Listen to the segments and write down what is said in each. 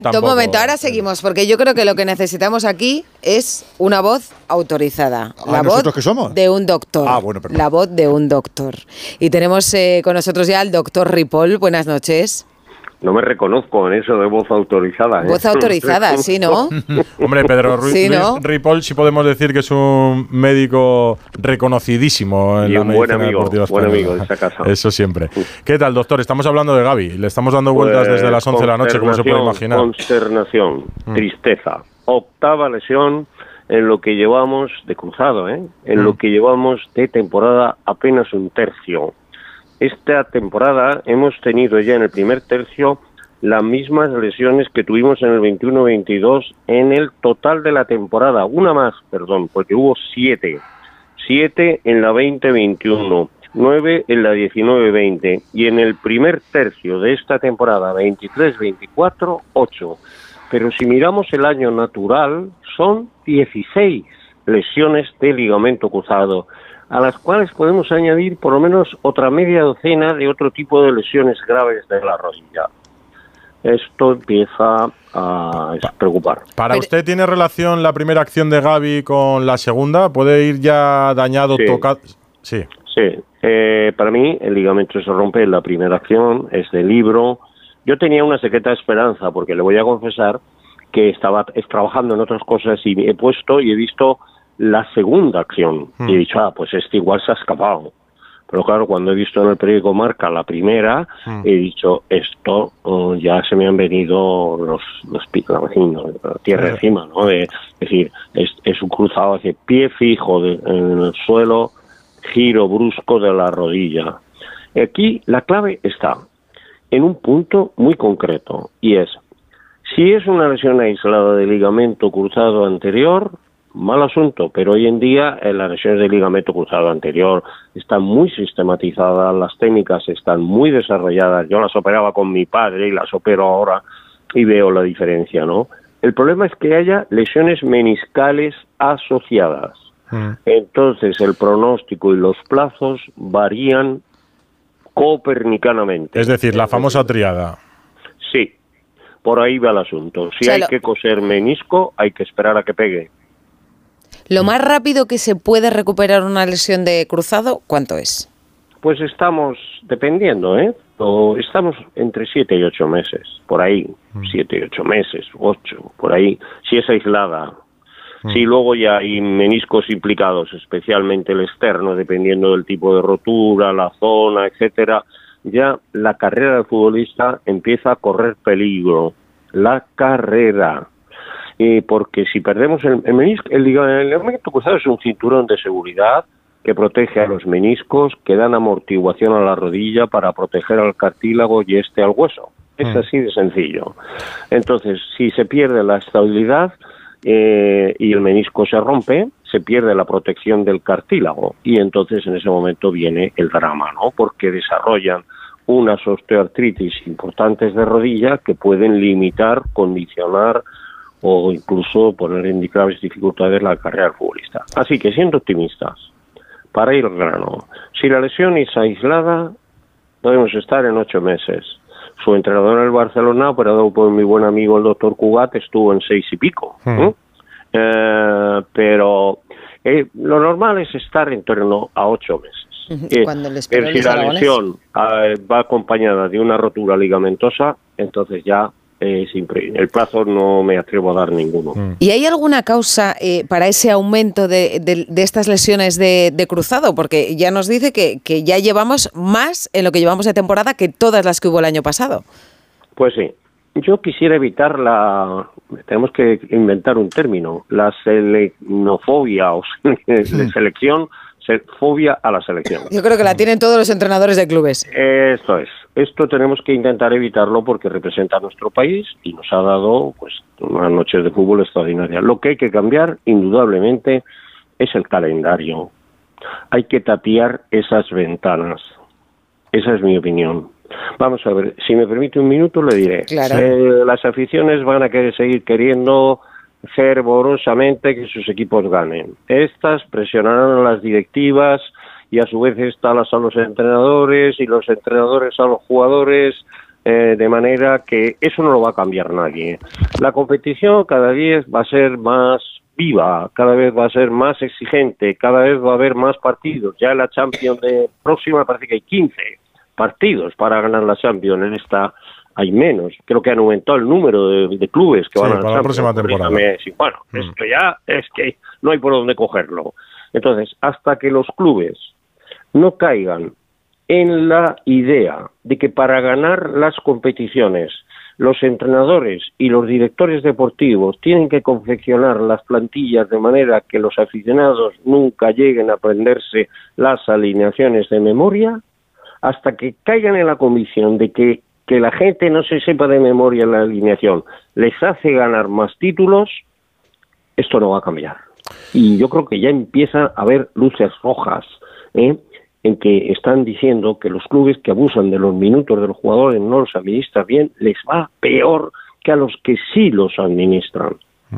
Un momento, ahora seguimos, porque yo creo que lo que necesitamos aquí es una voz autorizada. La voz ¿nosotros qué somos? de un doctor. Bueno, perdón. La voz de un doctor. Y tenemos con nosotros ya al doctor Ripoll. Buenas noches. No me reconozco en eso de voz autorizada. Voz autorizada, sí, ¿no? Hombre, Pedro Sí, ¿no? Ripoll, sí podemos decir que es un médico reconocidísimo en Y la un medicina deportiva buen española. amigo de esta casa. Eso siempre. ¿Qué tal, doctor? Estamos hablando de Gavi. Le estamos dando vueltas desde las 11 de la noche, como se puede imaginar. Consternación, tristeza. Octava lesión en lo que llevamos de cruzado, En lo que llevamos de temporada apenas un tercio. Esta temporada hemos tenido ya en el primer tercio las mismas lesiones que tuvimos en el 21-22 en el total de la temporada. Una más, perdón, porque hubo 7. 7 en la 20-21, 9 en la 19-20 y en el primer tercio de esta temporada 23-24, 8. Pero si miramos el año natural, son 16 lesiones de ligamento cruzado, a las cuales podemos añadir por lo menos otra media docena de otro tipo de lesiones graves de la rodilla. Esto empieza a preocupar. ¿Para usted tiene relación la primera acción de Gavi con la segunda? ¿Puede ir ya dañado, tocado? Sí. Sí. Para mí el ligamento se rompe en la primera acción, es de libro. Yo tenía una secreta esperanza, porque le voy a confesar que estaba trabajando en otras cosas y he puesto y he visto la segunda acción. Y he dicho, pues este igual se ha escapado. Pero claro, cuando he visto en el periódico Marca la primera, he dicho, esto ya se me han venido los la tierra encima, ¿no? Es decir, es un cruzado hacia pie fijo en el suelo, giro brusco de la rodilla. Aquí la clave está en un punto muy concreto, y es, si es una lesión aislada de ligamento cruzado anterior, mal asunto, pero hoy en día las lesiones de ligamento cruzado anterior están muy sistematizadas, las técnicas están muy desarrolladas. Yo las operaba con mi padre y las opero ahora y veo la diferencia, ¿no? El problema es que haya lesiones meniscales asociadas. Entonces el pronóstico y los plazos varían copernicanamente. Es decir, la famosa triada. Sí, por ahí va el asunto. Si hay que coser menisco, hay que esperar a que pegue. Lo más rápido que se puede recuperar una lesión de cruzado, ¿cuánto es? Pues estamos, dependiendo, estamos entre 7 y 8 meses, por ahí, 7 y 8 meses, 8, por ahí, si es aislada. Si luego ya hay meniscos implicados, especialmente el externo, dependiendo del tipo de rotura, la zona, etcétera, ya la carrera del futbolista empieza a correr peligro. La carrera. Porque si perdemos el menisco, el ligamento cruzado es un cinturón de seguridad que protege a los meniscos, que dan amortiguación a la rodilla para proteger al cartílago y al hueso. Es así de sencillo. Entonces, si se pierde la estabilidad y el menisco se rompe, se pierde la protección del cartílago y entonces en ese momento viene el drama, ¿no? Porque desarrollan unas osteoartritis importantes de rodilla que pueden limitar, condicionar o incluso poner en graves dificultades la carrera del futbolista. Así que, siendo optimistas, para ir al grano, si la lesión es aislada, podemos estar en 8 meses. Su entrenador en el Barcelona, operado por mi buen amigo el doctor Cugat, estuvo en 6 y pico. Pero lo normal es estar en torno a 8 meses. Pero si la lesión va acompañada de una rotura ligamentosa, entonces ya el plazo no me atrevo a dar ninguno. ¿Y hay alguna causa para ese aumento de estas lesiones de cruzado? Porque ya nos dice que ya llevamos más en lo que llevamos de temporada que todas las que hubo el año pasado. Pues sí. Yo quisiera evitar tenemos que inventar un término, la selenofobia o selección, fobia a la selección. Yo creo que la tienen todos los entrenadores de clubes. Esto es. Esto tenemos que intentar evitarlo porque representa a nuestro país y nos ha dado pues unas noches de fútbol extraordinarias. Lo que hay que cambiar, indudablemente, es el calendario. Hay que tapiar esas ventanas. Esa es mi opinión. Vamos a ver, si me permite un minuto le diré. Claro. Las aficiones van a seguir queriendo fervorosamente que sus equipos ganen. Estas presionarán a las directivas y a su vez instalas a los entrenadores y los entrenadores a los jugadores de manera que eso no lo va a cambiar nadie. La competición cada vez va a ser más viva, cada vez va a ser más exigente, cada vez va a haber más partidos. Ya en la Champions de próxima parece que hay 15 partidos para ganar la Champions. En esta hay menos. Creo que han aumentado el número de clubes que van a la próxima temporada. Bueno, esto ya es que no hay por dónde cogerlo. Entonces, hasta que los clubes no caigan en la idea de que para ganar las competiciones los entrenadores y los directores deportivos tienen que confeccionar las plantillas de manera que los aficionados nunca lleguen a aprenderse las alineaciones de memoria, hasta que caigan en la convicción de que la gente no se sepa de memoria la alineación les hace ganar más títulos, esto no va a cambiar. Y yo creo que ya empieza a haber luces rojas, en que están diciendo que los clubes que abusan de los minutos de los jugadores no los administran bien, les va peor que a los que sí los administran.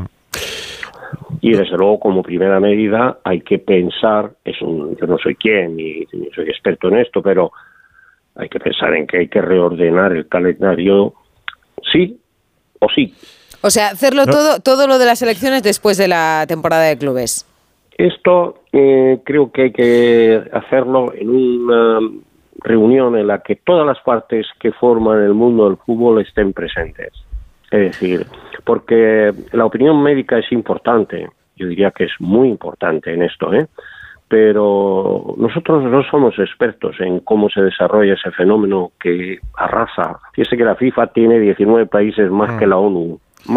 Y desde luego, como primera medida, hay que pensar, yo no soy quien ni soy experto en esto, pero hay que pensar en que hay que reordenar el calendario sí o sí. O sea, hacerlo todo lo de las elecciones después de la temporada de clubes. Esto creo que hay que hacerlo en una reunión en la que todas las partes que forman el mundo del fútbol estén presentes. Es decir, porque la opinión médica es importante, yo diría que es muy importante en esto, pero nosotros no somos expertos en cómo se desarrolla ese fenómeno que arrasa. Fíjese que la FIFA tiene 19 países más que la ONU,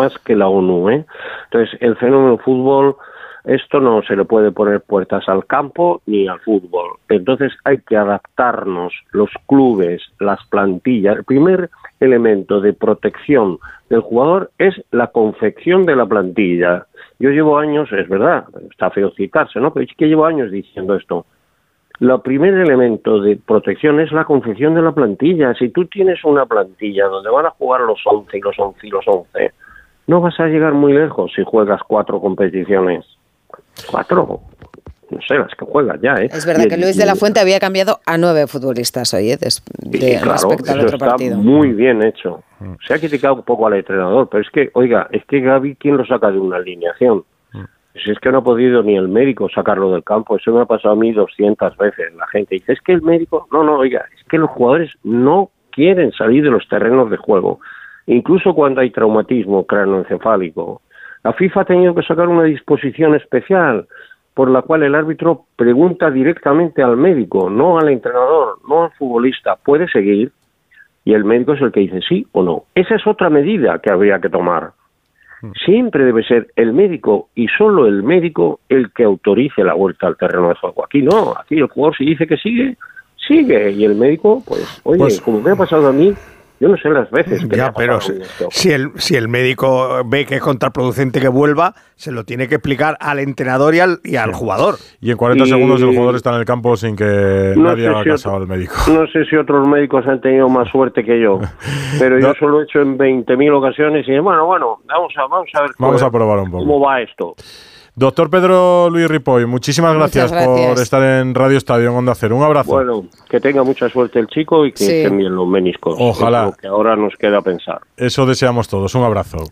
Entonces, el fenómeno fútbol, esto no se le puede poner puertas al campo ni al fútbol. Entonces hay que adaptarnos, los clubes, las plantillas. El primer elemento de protección del jugador es la confección de la plantilla. Yo llevo años, es verdad, está feo citarse, ¿no? Pero es que llevo años diciendo esto. El primer elemento de protección es la confección de la plantilla. Si tú tienes una plantilla donde van a jugar los 11 y los 11 y los 11, no vas a llegar muy lejos si juegas 4 competiciones. 4, no sé, las que juegan ya, Es verdad que Luis de la Fuente había cambiado a 9 futbolistas hoy, respecto al otro partido. Está muy bien hecho. Se ha criticado un poco al entrenador, pero es que, oiga, Gavi, ¿quién lo saca de una alineación? Si es que no ha podido ni el médico sacarlo del campo, eso me ha pasado a mí 200 veces. La gente dice, es que el médico... No, oiga, es que los jugadores no quieren salir de los terrenos de juego. Incluso cuando hay traumatismo craneoencefálico. La FIFA ha tenido que sacar una disposición especial por la cual el árbitro pregunta directamente al médico, no al entrenador, no al futbolista, ¿puede seguir? Y el médico es el que dice sí o no. Esa es otra medida que habría que tomar. Siempre debe ser el médico y solo el médico el que autorice la vuelta al terreno de juego. Aquí no, aquí el jugador si dice que sigue, sigue. Y el médico, pues, oye, como me ha pasado a mí, yo no sé las veces que ya, pero si el médico ve que es contraproducente que vuelva, se lo tiene que explicar al entrenador y al jugador. Y en 40 segundos el jugador está en el campo sin que nadie haga caso al médico. No sé si otros médicos han tenido más suerte que yo, pero yo solo he hecho en 20.000 ocasiones y bueno, vamos a ver. Vamos a probar un poco. ¿Cómo va esto? Doctor Pedro Luis Ripoll, muchísimas gracias por estar en Radio Estadio, en Onda Cero. Un abrazo. Bueno, que tenga mucha suerte el chico y que estén bien los meniscos. Ojalá. Es lo que ahora nos queda pensar. Eso deseamos todos. Un abrazo.